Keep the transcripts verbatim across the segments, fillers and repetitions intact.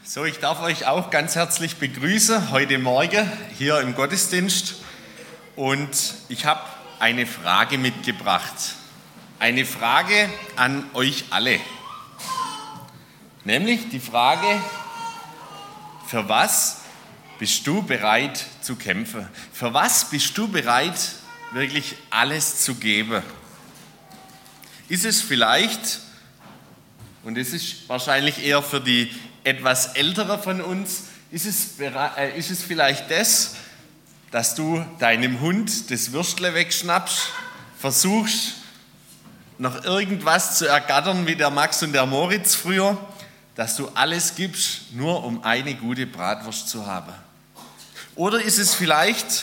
So, ich darf euch auch ganz herzlich begrüßen heute Morgen hier im Gottesdienst und ich habe eine Frage mitgebracht. Eine Frage an euch alle. Nämlich die Frage, für was bist du bereit zu kämpfen? Für was bist du bereit, wirklich alles zu geben? Ist es vielleicht, und es ist wahrscheinlich eher für die etwas ältere von uns, ist es, äh, ist es vielleicht das, dass du deinem Hund das Würstle wegschnappst, versuchst noch irgendwas zu ergattern wie der Max und der Moritz früher, dass du alles gibst, nur um eine gute Bratwurst zu haben? Oder ist es vielleicht,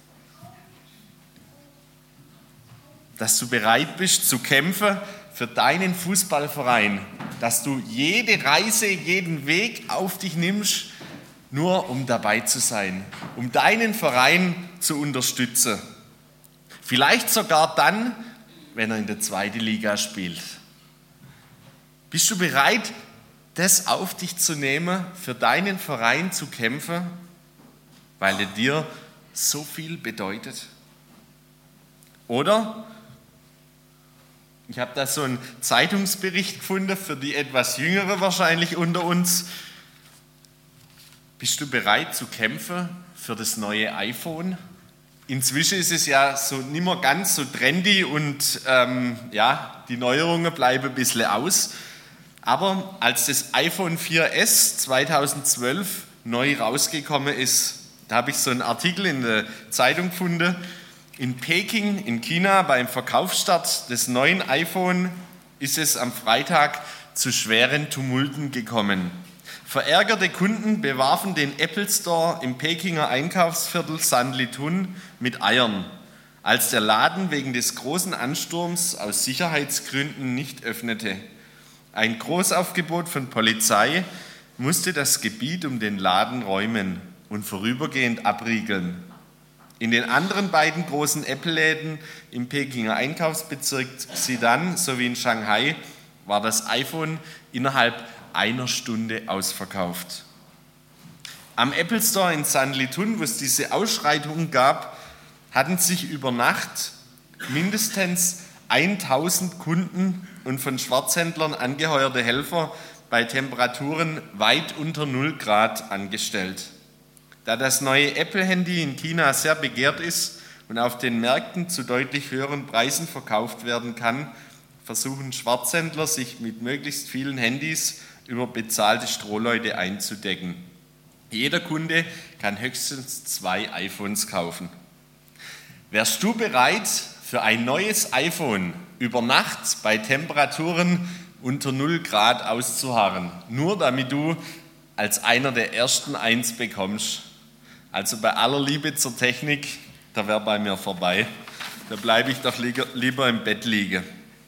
dass du bereit bist zu kämpfen für deinen Fußballverein, dass du jede Reise, jeden Weg auf dich nimmst, nur um dabei zu sein, um deinen Verein zu unterstützen. Vielleicht sogar dann, wenn er in der zweiten Liga spielt. Bist du bereit, das auf dich zu nehmen, für deinen Verein zu kämpfen, weil er dir so viel bedeutet? Oder ich habe da so einen Zeitungsbericht gefunden, für die etwas Jüngere wahrscheinlich unter uns. Bist du bereit zu kämpfen für das neue iPhone? Inzwischen ist es ja so nicht mehr ganz so trendy und ähm, ja, die Neuerungen bleiben ein bisschen aus. Aber als das iPhone vier S zweitausendzwölf neu rausgekommen ist, da habe ich so einen Artikel in der Zeitung gefunden. In Peking in China beim Verkaufsstart des neuen iPhone ist es am Freitag zu schweren Tumulten gekommen. Verärgerte Kunden bewarfen den Apple Store im Pekinger Einkaufsviertel Sanlitun mit Eiern, als der Laden wegen des großen Ansturms aus Sicherheitsgründen nicht öffnete. Ein Großaufgebot von Polizei musste das Gebiet um den Laden räumen und vorübergehend abriegeln. In den anderen beiden großen Apple-Läden im Pekinger Einkaufsbezirk Xidan sowie in Shanghai war das iPhone innerhalb einer Stunde ausverkauft. Am Apple Store in Sanlitun, wo es diese Ausschreitungen gab, hatten sich über Nacht mindestens tausend Kunden und von Schwarzhändlern angeheuerte Helfer bei Temperaturen weit unter null Grad angestellt. Da das neue Apple-Handy in China sehr begehrt ist und auf den Märkten zu deutlich höheren Preisen verkauft werden kann, versuchen Schwarzhändler, sich mit möglichst vielen Handys über bezahlte Strohleute einzudecken. Jeder Kunde kann höchstens zwei iPhones kaufen. Wärst du bereit, für ein neues iPhone über Nacht bei Temperaturen unter null Grad auszuharren, nur damit du als einer der ersten eins bekommst? Also bei aller Liebe zur Technik, da wäre bei mir vorbei. Da bleibe ich doch lieber im Bett liegen.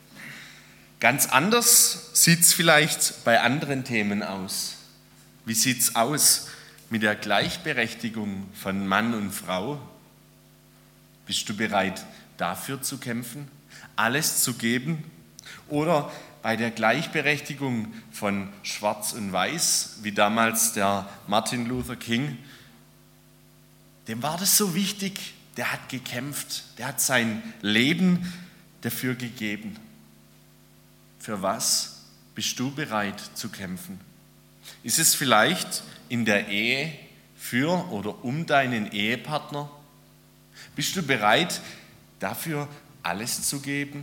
Ganz anders sieht es vielleicht bei anderen Themen aus. Wie sieht es aus mit der Gleichberechtigung von Mann und Frau? Bist du bereit, dafür zu kämpfen, alles zu geben? Oder bei der Gleichberechtigung von Schwarz und Weiß, wie damals der Martin Luther King? Dem war das so wichtig, der hat gekämpft, der hat sein Leben dafür gegeben. Für was bist du bereit zu kämpfen? Ist es vielleicht in der Ehe für oder um deinen Ehepartner? Bist du bereit, dafür alles zu geben?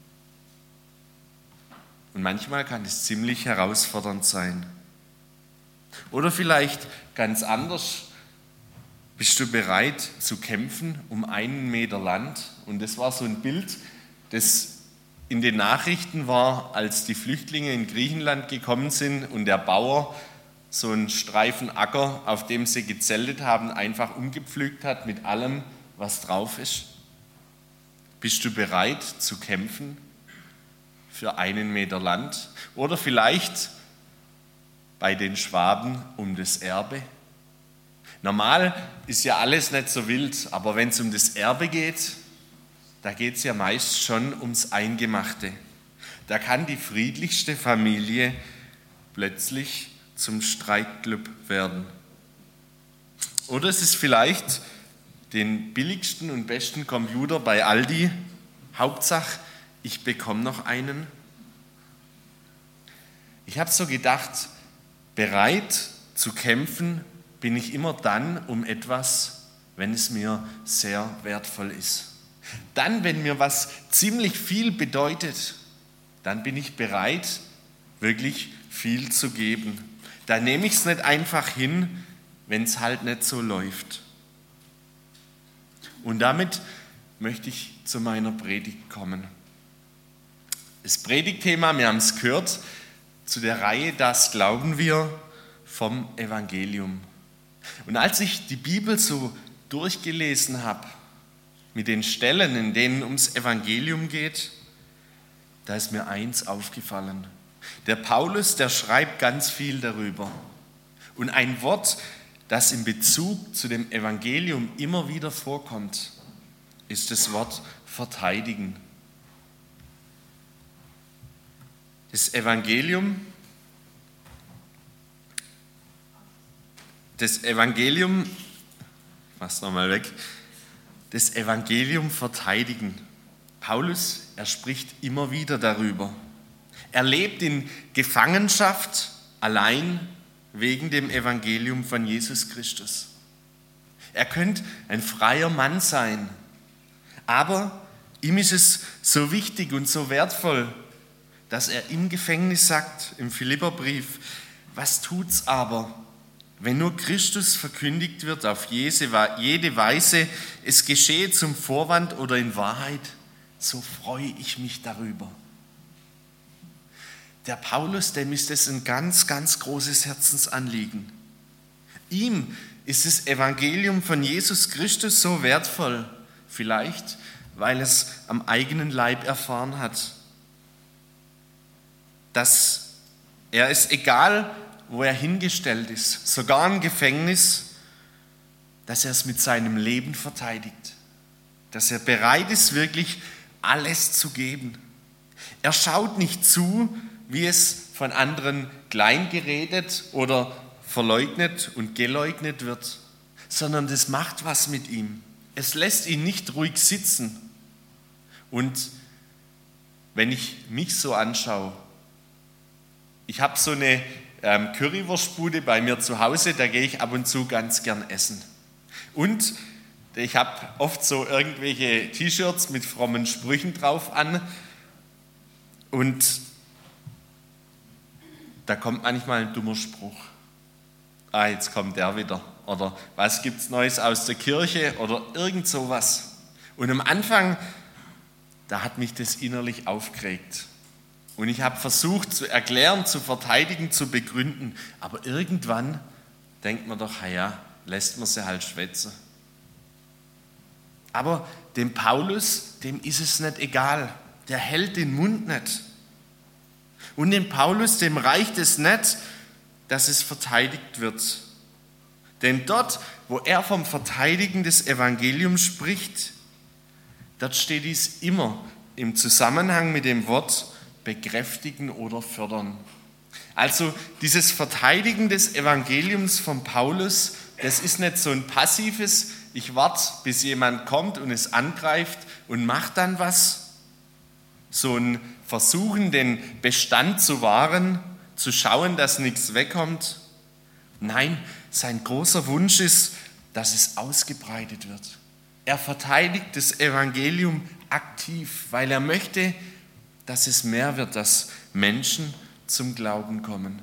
Und manchmal kann es ziemlich herausfordernd sein. Oder vielleicht ganz anders. Bist du bereit zu kämpfen um einen Meter Land? Und das war so ein Bild, das in den Nachrichten war, als die Flüchtlinge in Griechenland gekommen sind und der Bauer so einen Streifen Acker, auf dem sie gezeltet haben, einfach umgepflügt hat mit allem, was drauf ist. Bist du bereit zu kämpfen für einen Meter Land? Oder vielleicht bei den Schwaben um das Erbe? Normal ist ja alles nicht so wild, aber wenn es um das Erbe geht, da geht es ja meist schon ums Eingemachte. Da kann die friedlichste Familie plötzlich zum Streitclub werden. Oder es ist vielleicht den billigsten und besten Computer bei Aldi. Hauptsache, ich bekomme noch einen. Ich habe so gedacht, bereit zu kämpfen bin ich immer dann um etwas, wenn es mir sehr wertvoll ist. Dann, wenn mir was ziemlich viel bedeutet, dann bin ich bereit, wirklich viel zu geben. Da nehme ich es nicht einfach hin, wenn es halt nicht so läuft. Und damit möchte ich zu meiner Predigt kommen. Das Predigtthema, wir haben es gehört, zu der Reihe Das glauben wir vom Evangelium. Und als ich die Bibel so durchgelesen habe, mit den Stellen, in denen ums Evangelium geht, da ist mir eins aufgefallen. Der Paulus, der schreibt ganz viel darüber. Und ein Wort, das in Bezug zu dem Evangelium immer wieder vorkommt, ist das Wort verteidigen. Das Evangelium, das Evangelium, ich mach's nochmal weg, das Evangelium verteidigen. Paulus, er spricht immer wieder darüber. Er lebt in Gefangenschaft allein wegen dem Evangelium von Jesus Christus. Er könnte ein freier Mann sein, aber ihm ist es so wichtig und so wertvoll, dass er im Gefängnis sagt, im Philipperbrief, was tut's aber, wenn nur Christus verkündigt wird auf jede Weise, es geschehe zum Vorwand oder in Wahrheit, so freue ich mich darüber. Der Paulus, dem ist das ein ganz, ganz großes Herzensanliegen. Ihm ist das Evangelium von Jesus Christus so wertvoll, vielleicht, weil es am eigenen Leib erfahren hat, dass er es egal, wo er hingestellt ist, sogar im Gefängnis, dass er es mit seinem Leben verteidigt, dass er bereit ist, wirklich alles zu geben. Er schaut nicht zu, wie es von anderen kleingeredet oder verleugnet und geleugnet wird, sondern das macht was mit ihm. Es lässt ihn nicht ruhig sitzen. Und wenn ich mich so anschaue, ich habe so eine ähm, Currywurstbude bei mir zu Hause, da gehe ich ab und zu ganz gern essen. Und ich habe oft so irgendwelche T-Shirts mit frommen Sprüchen drauf an und da kommt manchmal ein dummer Spruch. Ah, jetzt kommt der wieder. Oder was gibt's Neues aus der Kirche? Oder irgend sowas. Und am Anfang, da hat mich das innerlich aufgeregt. Und ich habe versucht zu erklären, zu verteidigen, zu begründen. Aber irgendwann denkt man doch, ja, lässt man sie halt schwätzen. Aber dem Paulus, dem ist es nicht egal. Der hält den Mund nicht. Und dem Paulus, dem reicht es nicht, dass es verteidigt wird. Denn dort, wo er vom Verteidigen des Evangeliums spricht, dort steht dies immer im Zusammenhang mit dem Wort bekräftigen oder fördern. Also dieses Verteidigen des Evangeliums von Paulus, das ist nicht so ein passives, ich warte, bis jemand kommt und es angreift und macht dann was, so ein Versuchen, den Bestand zu wahren, zu schauen, dass nichts wegkommt. Nein, sein großer Wunsch ist, dass es ausgebreitet wird. Er verteidigt das Evangelium aktiv, weil er möchte, dass es mehr wird, dass Menschen zum Glauben kommen.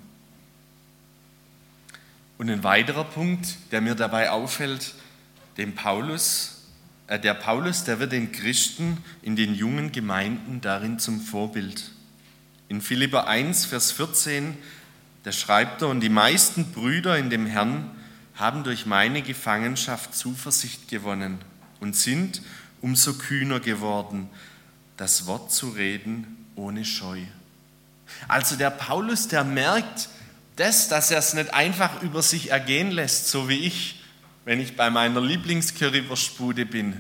Und ein weiterer Punkt, der mir dabei auffällt, dem Paulus, äh, der Paulus, der wird den Christen in den jungen Gemeinden darin zum Vorbild. In Philipper eins, Vers vierzehn, da schreibt er, und die meisten Brüder in dem Herrn haben durch meine Gefangenschaft Zuversicht gewonnen und sind umso kühner geworden, das Wort zu reden ohne Scheu. Also der Paulus, der merkt das, dass er es nicht einfach über sich ergehen lässt, so wie ich, wenn ich bei meiner Lieblingscurrywurstbude bin.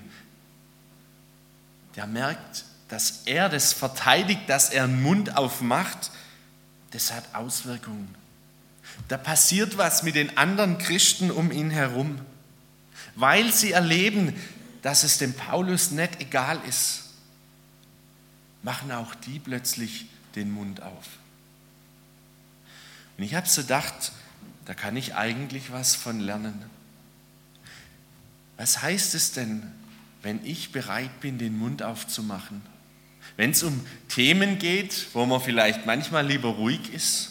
Der merkt, dass er das verteidigt, dass er einen Mund aufmacht, das hat Auswirkungen. Da passiert was mit den anderen Christen um ihn herum, weil sie erleben, dass es dem Paulus nicht egal ist, machen auch die plötzlich den Mund auf. Und ich habe so gedacht, da kann ich eigentlich was von lernen. Was heißt es denn, wenn ich bereit bin, den Mund aufzumachen? Wenn es um Themen geht, wo man vielleicht manchmal lieber ruhig ist,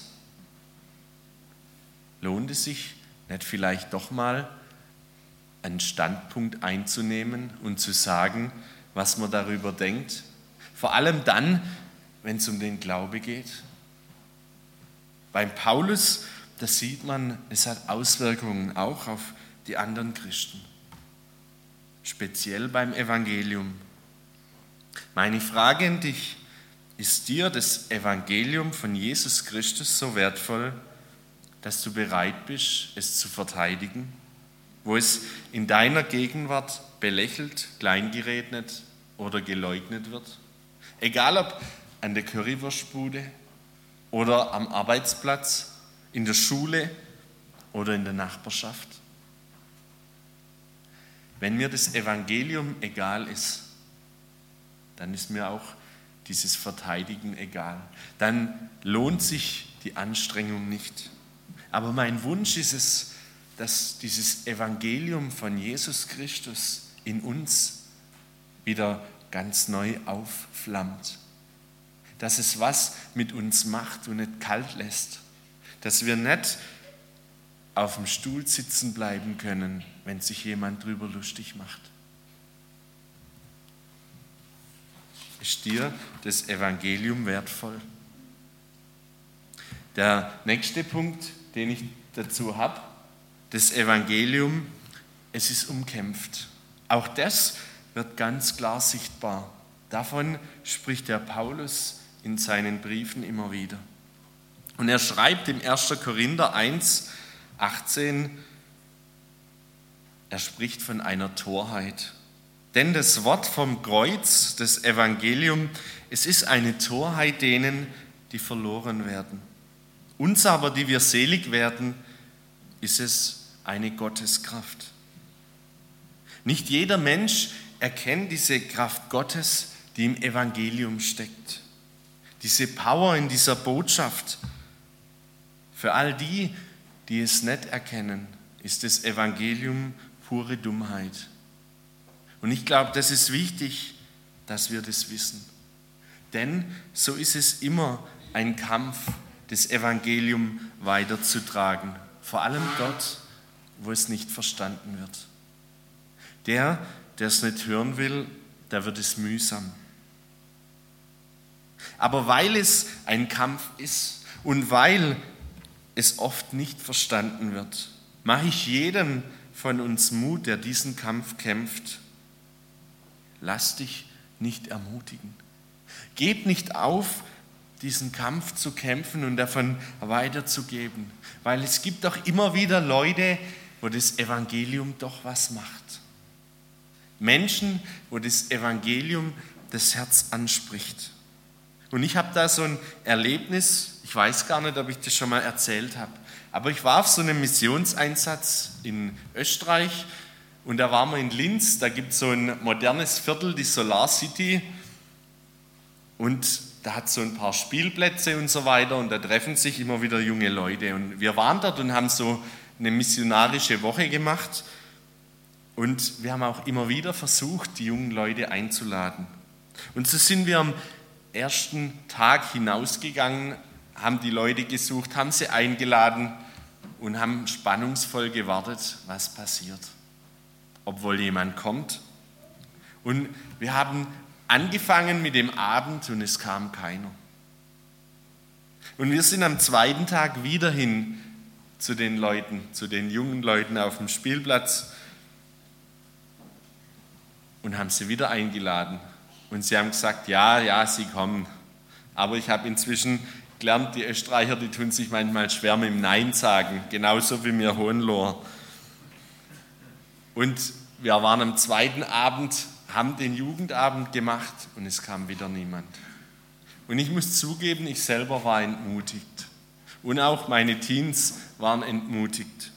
lohnt es sich nicht vielleicht doch mal einen Standpunkt einzunehmen und zu sagen, was man darüber denkt? Vor allem dann, wenn es um den Glaube geht. Beim Paulus, da sieht man, es hat Auswirkungen auch auf die anderen Christen. Speziell beim Evangelium. Meine Frage an dich, ist dir das Evangelium von Jesus Christus so wertvoll, dass du bereit bist, es zu verteidigen, wo es in deiner Gegenwart belächelt, kleingeredet oder geleugnet wird? Egal ob an der Currywurstbude oder am Arbeitsplatz, in der Schule oder in der Nachbarschaft. Wenn mir das Evangelium egal ist, dann ist mir auch dieses Verteidigen egal. Dann lohnt sich die Anstrengung nicht. Aber mein Wunsch ist es, dass dieses Evangelium von Jesus Christus in uns wieder ganz neu aufflammt. Dass es was mit uns macht und nicht kalt lässt. Dass wir nicht auf dem Stuhl sitzen bleiben können, wenn sich jemand drüber lustig macht. Ist dir das Evangelium wertvoll? Der nächste Punkt, den ich dazu habe, das Evangelium, es ist umkämpft. Auch das wird ganz klar sichtbar. Davon spricht der Paulus in seinen Briefen immer wieder. Und er schreibt im ersten Korinther eins, achtzehn, er spricht von einer Torheit. Denn das Wort vom Kreuz, das Evangelium, es ist eine Torheit denen, die verloren werden. Uns aber, die wir selig werden, ist es eine Gotteskraft. Nicht jeder Mensch erkennt diese Kraft Gottes, die im Evangelium steckt. Diese Power in dieser Botschaft. Für all die, die es nicht erkennen, ist das Evangelium pure Dummheit. Und ich glaube, das ist wichtig, dass wir das wissen. Denn so ist es immer ein Kampf, das Evangelium weiterzutragen. Vor allem dort, wo es nicht verstanden wird. Der, der es nicht hören will, der wird es mühsam. Aber weil es ein Kampf ist und weil es oft nicht verstanden wird, mache ich jedem von uns Mut, der diesen Kampf kämpft. Lass dich nicht ermutigen. Gib nicht auf, diesen Kampf zu kämpfen und davon weiterzugeben, weil es gibt doch immer wieder Leute, wo das Evangelium doch was macht. Menschen, wo das Evangelium das Herz anspricht. Und ich habe da so ein Erlebnis, ich weiß gar nicht, ob ich das schon mal erzählt habe, aber ich war auf so einem Missionseinsatz in Österreich und da waren wir in Linz, da gibt es so ein modernes Viertel, die Solar City, und da hat es so ein paar Spielplätze und so weiter und da treffen sich immer wieder junge Leute. Und wir waren dort und haben so eine missionarische Woche gemacht und wir haben auch immer wieder versucht, die jungen Leute einzuladen. Und so sind wir am ersten Tag hinausgegangen, haben die Leute gesucht, haben sie eingeladen und haben spannungsvoll gewartet, was passiert. Ob wohl jemand kommt. Und wir haben angefangen mit dem Abend und es kam keiner. Und wir sind am zweiten Tag wieder hin zu den Leuten, zu den jungen Leuten auf dem Spielplatz und haben sie wieder eingeladen. Und sie haben gesagt, ja, ja, sie kommen. Aber ich habe inzwischen gelernt, die Österreicher, die tun sich manchmal schwer mit dem Nein sagen, genauso wie mir Hohenloher. Und wir waren am zweiten Abend, haben den Jugendabend gemacht und es kam wieder niemand. Und ich muss zugeben, ich selber war entmutigt. Und auch meine Teens waren entmutigt.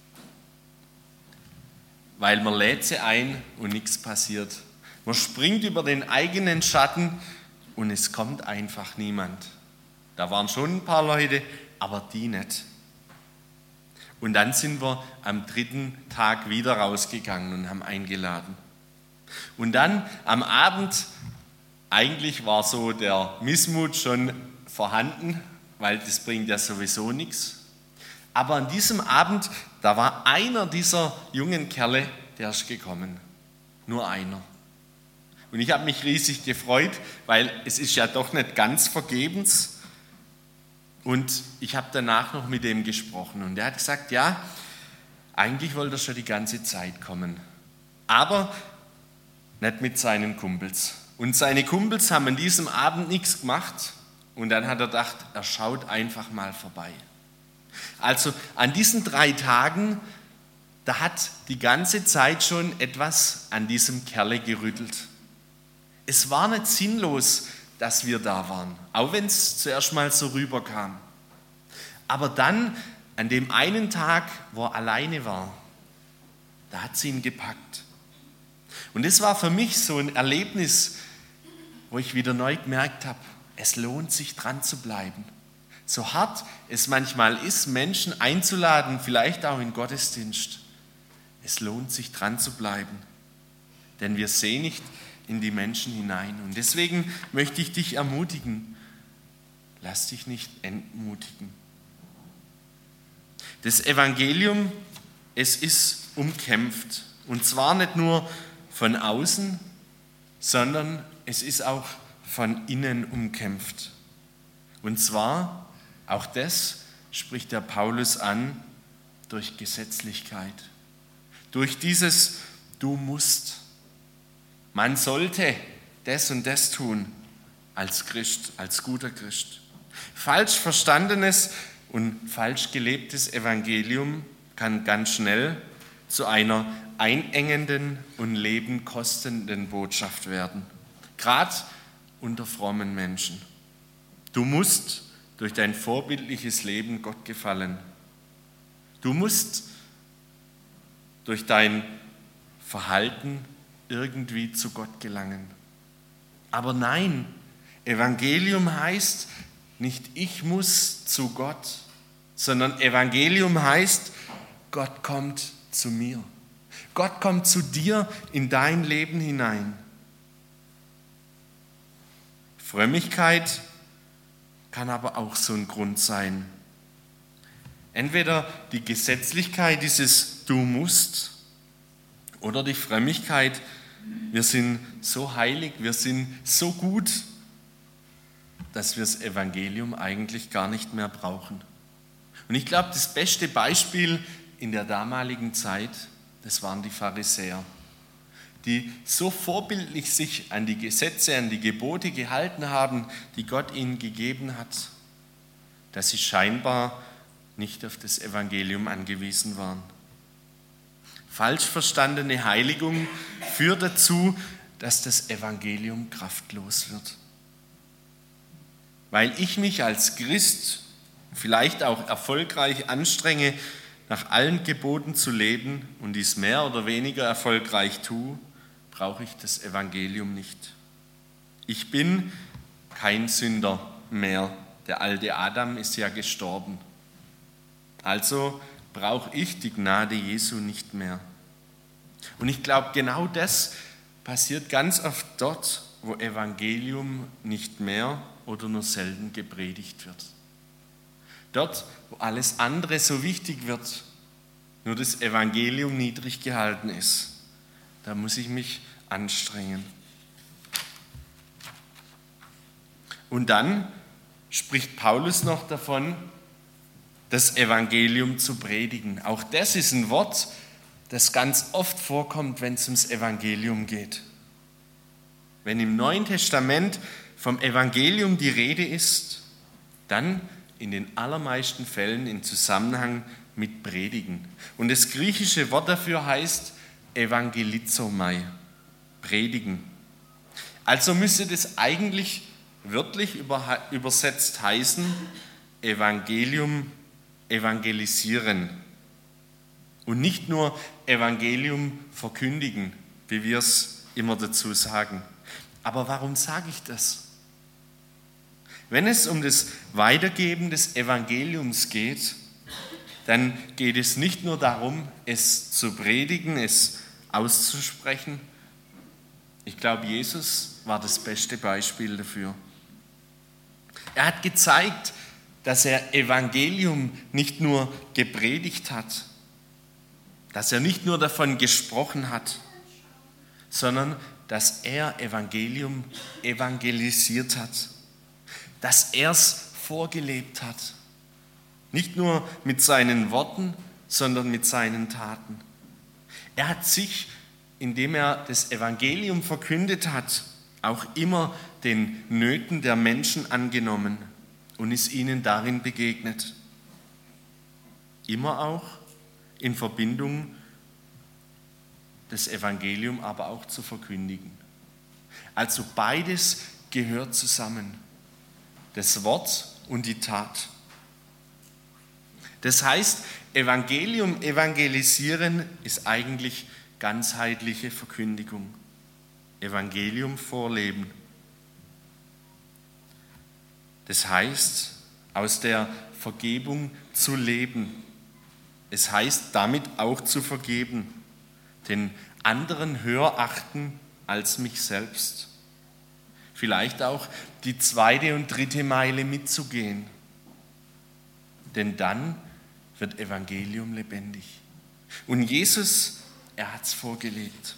Weil man lädt sie ein und nichts passiert. Man springt über den eigenen Schatten und es kommt einfach niemand. Da waren schon ein paar Leute, aber die nicht. Und dann sind wir am dritten Tag wieder rausgegangen und haben eingeladen. Und dann am Abend, eigentlich war so der Missmut schon vorhanden, weil das bringt ja sowieso nichts. Aber an diesem Abend, da war einer dieser jungen Kerle, der ist gekommen. Nur einer. Und ich habe mich riesig gefreut, weil es ist ja doch nicht ganz vergebens. Und ich habe danach noch mit dem gesprochen und er hat gesagt, ja, eigentlich wollte er schon die ganze Zeit kommen, aber nicht mit seinen Kumpels. Und seine Kumpels haben an diesem Abend nichts gemacht und dann hat er gedacht, er schaut einfach mal vorbei. Also an diesen drei Tagen, da hat die ganze Zeit schon etwas an diesem Kerle gerüttelt. Es war nicht sinnlos, dass wir da waren, auch wenn es zuerst mal so rüberkam. Aber dann, an dem einen Tag, wo er alleine war, da hat sie ihn gepackt. Und das war für mich so ein Erlebnis, wo ich wieder neu gemerkt habe, es lohnt sich dran zu bleiben. So hart es manchmal ist, Menschen einzuladen, vielleicht auch in Gottesdienst, es lohnt sich dran zu bleiben, denn wir sehen nicht in die Menschen hinein. Und deswegen möchte ich dich ermutigen, lass dich nicht entmutigen. Das Evangelium, es ist umkämpft. Und zwar nicht nur von außen, sondern es ist auch von innen umkämpft. Und zwar, auch das spricht der Paulus an, durch Gesetzlichkeit. Durch dieses Du musst. Man sollte das und das tun als Christ, als guter Christ. Falsch verstandenes und falsch gelebtes Evangelium kann ganz schnell zu einer einengenden und Leben kostenden Botschaft werden. Gerade unter frommen Menschen. Du musst durch dein vorbildliches Leben Gott gefallen. Du musst durch dein Verhalten irgendwie zu Gott gelangen. Aber nein, Evangelium heißt nicht ich muss zu Gott, sondern Evangelium heißt, Gott kommt zu mir. Gott kommt zu dir in dein Leben hinein. Frömmigkeit kann aber auch so ein Grund sein. Entweder die Gesetzlichkeit, dieses Du musst, oder die Frömmigkeit, wir sind so heilig, wir sind so gut, dass wir das Evangelium eigentlich gar nicht mehr brauchen. Und ich glaube, das beste Beispiel in der damaligen Zeit, das waren die Pharisäer, die so vorbildlich sich an die Gesetze, an die Gebote gehalten haben, die Gott ihnen gegeben hat, dass sie scheinbar nicht auf das Evangelium angewiesen waren. Falsch verstandene Heiligung führt dazu, dass das Evangelium kraftlos wird. Weil ich mich als Christ vielleicht auch erfolgreich anstrenge, nach allen Geboten zu leben und dies mehr oder weniger erfolgreich tue, brauche ich das Evangelium nicht. Ich bin kein Sünder mehr. Der alte Adam ist ja gestorben. Also brauche ich die Gnade Jesu nicht mehr. Und ich glaube, genau das passiert ganz oft dort, wo Evangelium nicht mehr oder nur selten gepredigt wird. Dort, wo alles andere so wichtig wird, nur das Evangelium niedrig gehalten ist. Da muss ich mich anstrengen. Und dann spricht Paulus noch davon, das Evangelium zu predigen. Auch das ist ein Wort, das ganz oft vorkommt, wenn es ums Evangelium geht. Wenn im Neuen Testament vom Evangelium die Rede ist, dann in den allermeisten Fällen im Zusammenhang mit Predigen. Und das griechische Wort dafür heißt Evangelizomai, predigen. Also müsste das eigentlich wörtlich übersetzt heißen, Evangelium evangelisieren und nicht nur Evangelium verkündigen, wie wir es immer dazu sagen. Aber warum sage ich das? Wenn es um das Weitergeben des Evangeliums geht, dann geht es nicht nur darum, es zu predigen, es auszusprechen. Ich glaube, Jesus war das beste Beispiel dafür. Er hat gezeigt, dass er Evangelium nicht nur gepredigt hat, dass er nicht nur davon gesprochen hat, sondern dass er Evangelium evangelisiert hat, dass er es vorgelebt hat. Nicht nur mit seinen Worten, sondern mit seinen Taten. Er hat sich, indem er das Evangelium verkündet hat, auch immer den Nöten der Menschen angenommen und ist ihnen darin begegnet. Immer auch in Verbindung, das Evangelium aber auch zu verkündigen. Also beides gehört zusammen, das Wort und die Tat. Das heißt, Evangelium evangelisieren ist eigentlich ganzheitliche Verkündigung. Evangelium vorleben. Das heißt, aus der Vergebung zu leben. Es heißt, damit auch zu vergeben, den anderen höher achten als mich selbst. Vielleicht auch die zweite und dritte Meile mitzugehen. Denn dann wird Evangelium lebendig. Und Jesus, er hat es vorgelebt.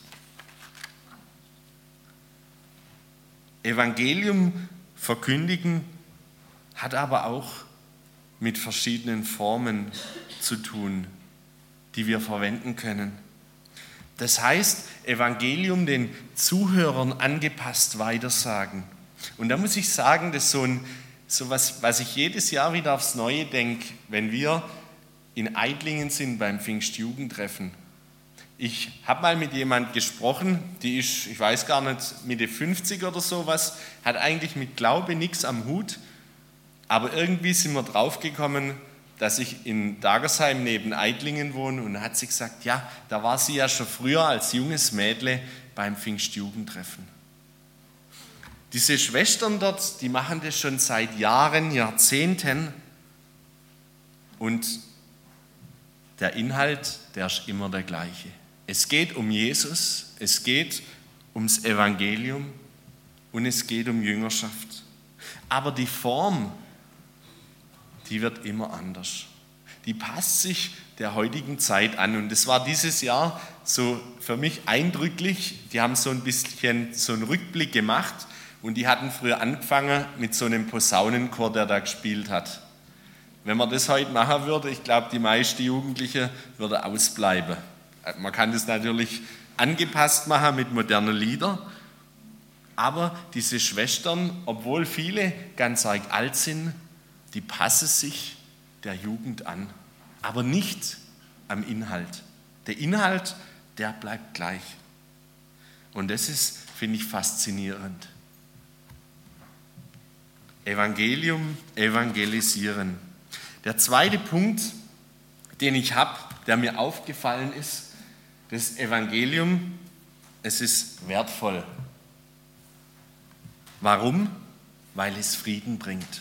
Evangelium verkündigen hat aber auch mit verschiedenen Formen zu tun, die wir verwenden können. Das heißt, Evangelium den Zuhörern angepasst weitersagen. Und da muss ich sagen, das ist so, ein, so was, was ich jedes Jahr wieder aufs Neue denke, wenn wir in Eidlingen sind beim Pfingstjugendtreffen. Ich habe mal mit jemand gesprochen, die ist, ich weiß gar nicht, Mitte fünfzig oder sowas, hat eigentlich mit Glaube nichts am Hut, aber irgendwie sind wir draufgekommen, dass ich in Dagersheim neben Eidlingen wohne und hat sie gesagt, ja, da war sie ja schon früher als junges Mädle beim Pfingstjugendtreffen. Diese Schwestern dort, die machen das schon seit Jahren, Jahrzehnten und der Inhalt, der ist immer der gleiche. Es geht um Jesus, es geht ums Evangelium und es geht um Jüngerschaft. Aber die Form, die wird immer anders. Die passt sich der heutigen Zeit an. Und das war dieses Jahr so für mich eindrücklich. Die haben so ein bisschen so einen Rückblick gemacht und die hatten früher angefangen mit so einem Posaunenchor, der da gespielt hat. Wenn man das heute machen würde, ich glaube, die meisten Jugendlichen würden ausbleiben. Man kann das natürlich angepasst machen mit modernen Liedern, aber diese Schwestern, obwohl viele ganz arg alt sind, die passen sich der Jugend an, aber nicht am Inhalt. Der Inhalt, der bleibt gleich. Und das ist, finde ich, faszinierend. Evangelium, evangelisieren. Der zweite Punkt, den ich habe, der mir aufgefallen ist, das Evangelium, es ist wertvoll. Warum? Weil es Frieden bringt.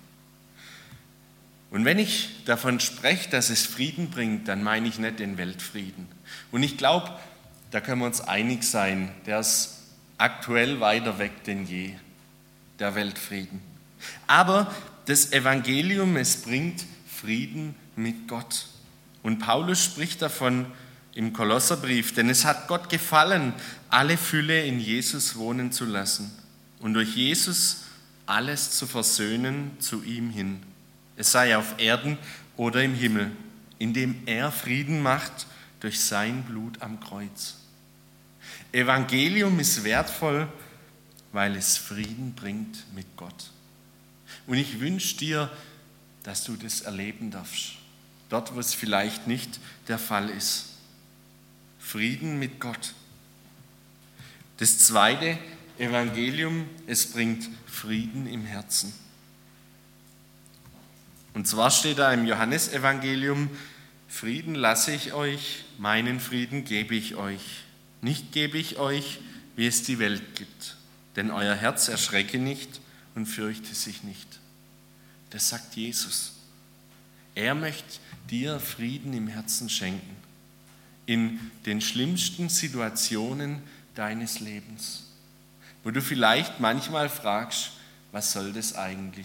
Und wenn ich davon spreche, dass es Frieden bringt, dann meine ich nicht den Weltfrieden. Und ich glaube, da können wir uns einig sein, der ist aktuell weiter weg denn je, der Weltfrieden. Aber das Evangelium, es bringt Frieden mit Gott. Und Paulus spricht davon im Kolosserbrief, denn es hat Gott gefallen, alle Fülle in Jesus wohnen zu lassen und durch Jesus alles zu versöhnen zu ihm hin. Es sei auf Erden oder im Himmel, indem er Frieden macht durch sein Blut am Kreuz. Evangelium ist wertvoll, weil es Frieden bringt mit Gott. Und ich wünsche dir, dass du das erleben darfst, dort, wo es vielleicht nicht der Fall ist. Frieden mit Gott. Das zweite Evangelium, es bringt Frieden im Herzen. Und zwar steht da im Johannesevangelium: Frieden lasse ich euch, meinen Frieden gebe ich euch. Nicht gebe ich euch, wie es die Welt gibt. Denn euer Herz erschrecke nicht und fürchte sich nicht. Das sagt Jesus. Er möchte dir Frieden im Herzen schenken. In den schlimmsten Situationen deines Lebens. Wo du vielleicht manchmal fragst, was soll das eigentlich?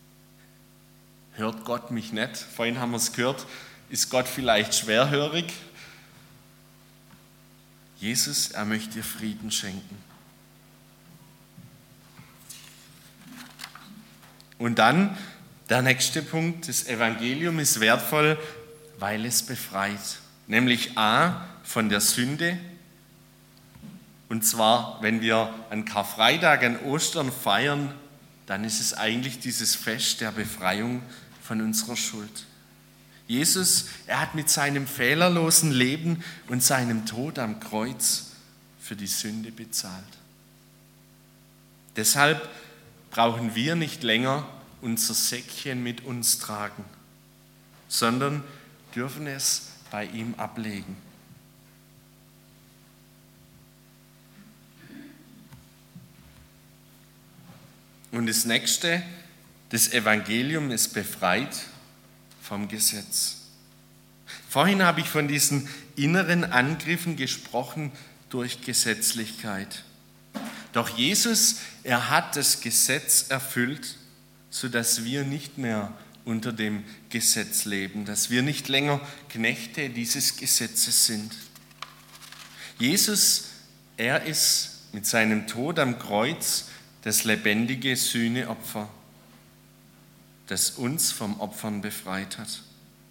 Hört Gott mich nicht? Vorhin haben wir es gehört. Ist Gott vielleicht schwerhörig? Jesus, er möchte dir Frieden schenken. Und dann der nächste Punkt, das Evangelium ist wertvoll, weil es befreit. Nämlich A, von der Sünde. Und zwar, wenn wir an Karfreitag, an Ostern feiern, dann ist es eigentlich dieses Fest der Befreiung von unserer Schuld. Jesus, er hat mit seinem fehlerlosen Leben und seinem Tod am Kreuz für die Sünde bezahlt. Deshalb brauchen wir nicht länger unser Säckchen mit uns tragen, sondern dürfen es bei ihm ablegen. Und das nächste, das Evangelium ist befreit vom Gesetz. Vorhin habe ich von diesen inneren Angriffen gesprochen durch Gesetzlichkeit. Doch Jesus, er hat das Gesetz erfüllt, sodass wir nicht mehr unter dem Gesetz leben, dass wir nicht länger Knechte dieses Gesetzes sind. Jesus, er ist mit seinem Tod am Kreuz das lebendige Sühneopfer, das uns vom Opfern befreit hat.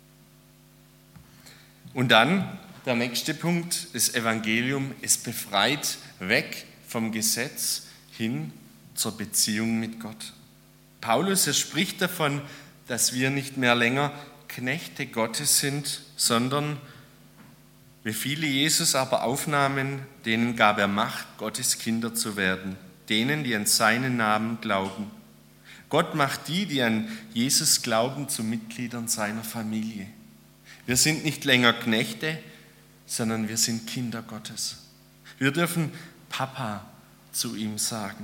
Und dann der nächste Punkt, das Evangelium ist befreit weg vom Gesetz hin zur Beziehung mit Gott. Paulus, er spricht davon, dass wir nicht mehr länger Knechte Gottes sind, sondern wie viele Jesus aber aufnahmen, denen gab er Macht, Gottes Kinder zu werden, denen, die an seinen Namen glauben. Gott macht die, die an Jesus glauben, zu Mitgliedern seiner Familie. Wir sind nicht länger Knechte, sondern wir sind Kinder Gottes. Wir dürfen Papa zu ihm sagen.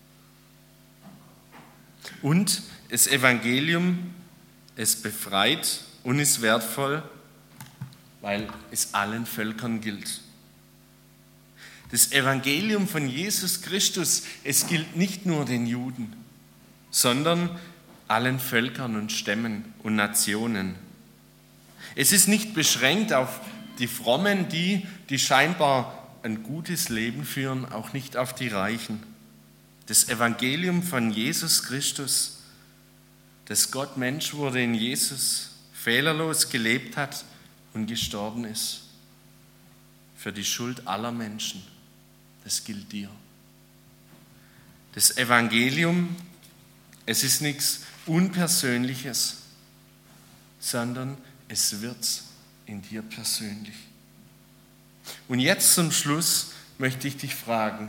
Und das Evangelium, es befreit und ist wertvoll, weil es allen Völkern gilt. Das Evangelium von Jesus Christus, es gilt nicht nur den Juden, sondern allen Völkern und Stämmen und Nationen. Es ist nicht beschränkt auf die Frommen, die, die scheinbar ein gutes Leben führen, auch nicht auf die Reichen. Das Evangelium von Jesus Christus, dass Gott Mensch wurde in Jesus, fehlerlos gelebt hat und gestorben ist. Für die Schuld aller Menschen, das gilt dir. Das Evangelium, es ist nichts Unpersönliches, sondern es wird in dir persönlich. Und jetzt zum Schluss möchte ich dich fragen,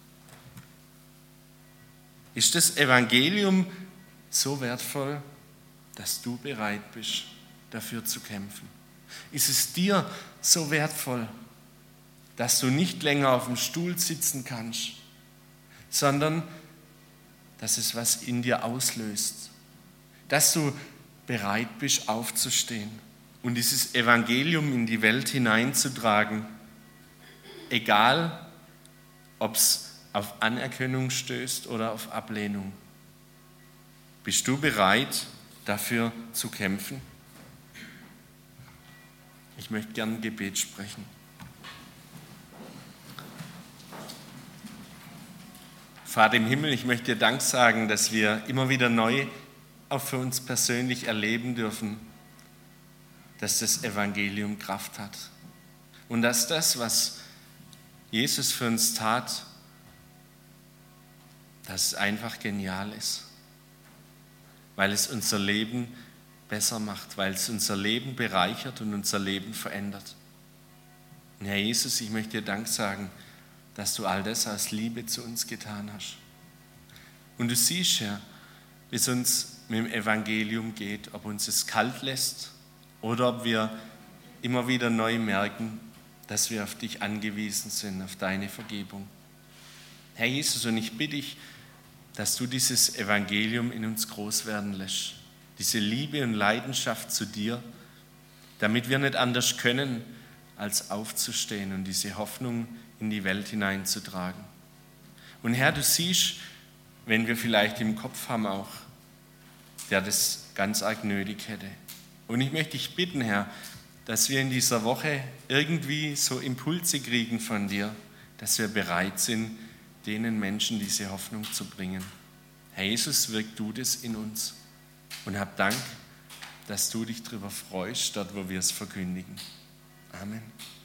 ist das Evangelium so wertvoll, dass du bereit bist, dafür zu kämpfen? Ist es dir so wertvoll, dass du nicht länger auf dem Stuhl sitzen kannst, sondern dass es was in dir auslöst, dass du bereit bist, aufzustehen und dieses Evangelium in die Welt hineinzutragen, egal ob es auf Anerkennung stößt oder auf Ablehnung. Bist du bereit, dafür zu kämpfen? Ich möchte gerne ein Gebet sprechen. Vater im Himmel, ich möchte dir Dank sagen, dass wir immer wieder neu auch für uns persönlich erleben dürfen, dass das Evangelium Kraft hat. Und dass das, was Jesus für uns tat, dass es einfach genial ist, weil es unser Leben besser macht, weil es unser Leben bereichert und unser Leben verändert. Und Herr Jesus, ich möchte dir Dank sagen, dass du all das aus Liebe zu uns getan hast. Und du siehst, Herr, wie es uns mit dem Evangelium geht, ob uns es kalt lässt oder ob wir immer wieder neu merken, dass wir auf dich angewiesen sind, auf deine Vergebung. Herr Jesus, und ich bitte dich, dass du dieses Evangelium in uns groß werden lässt, diese Liebe und Leidenschaft zu dir, damit wir nicht anders können, als aufzustehen und diese Hoffnung in die Welt hineinzutragen. Und Herr, du siehst, wenn wir vielleicht im Kopf haben auch, der das ganz arg nötig hätte. Und ich möchte dich bitten, Herr, dass wir in dieser Woche irgendwie so Impulse kriegen von dir, dass wir bereit sind, denen Menschen diese Hoffnung zu bringen. Herr Jesus, wirk du das in uns und hab Dank, dass du dich darüber freust, dort wo wir es verkündigen. Amen.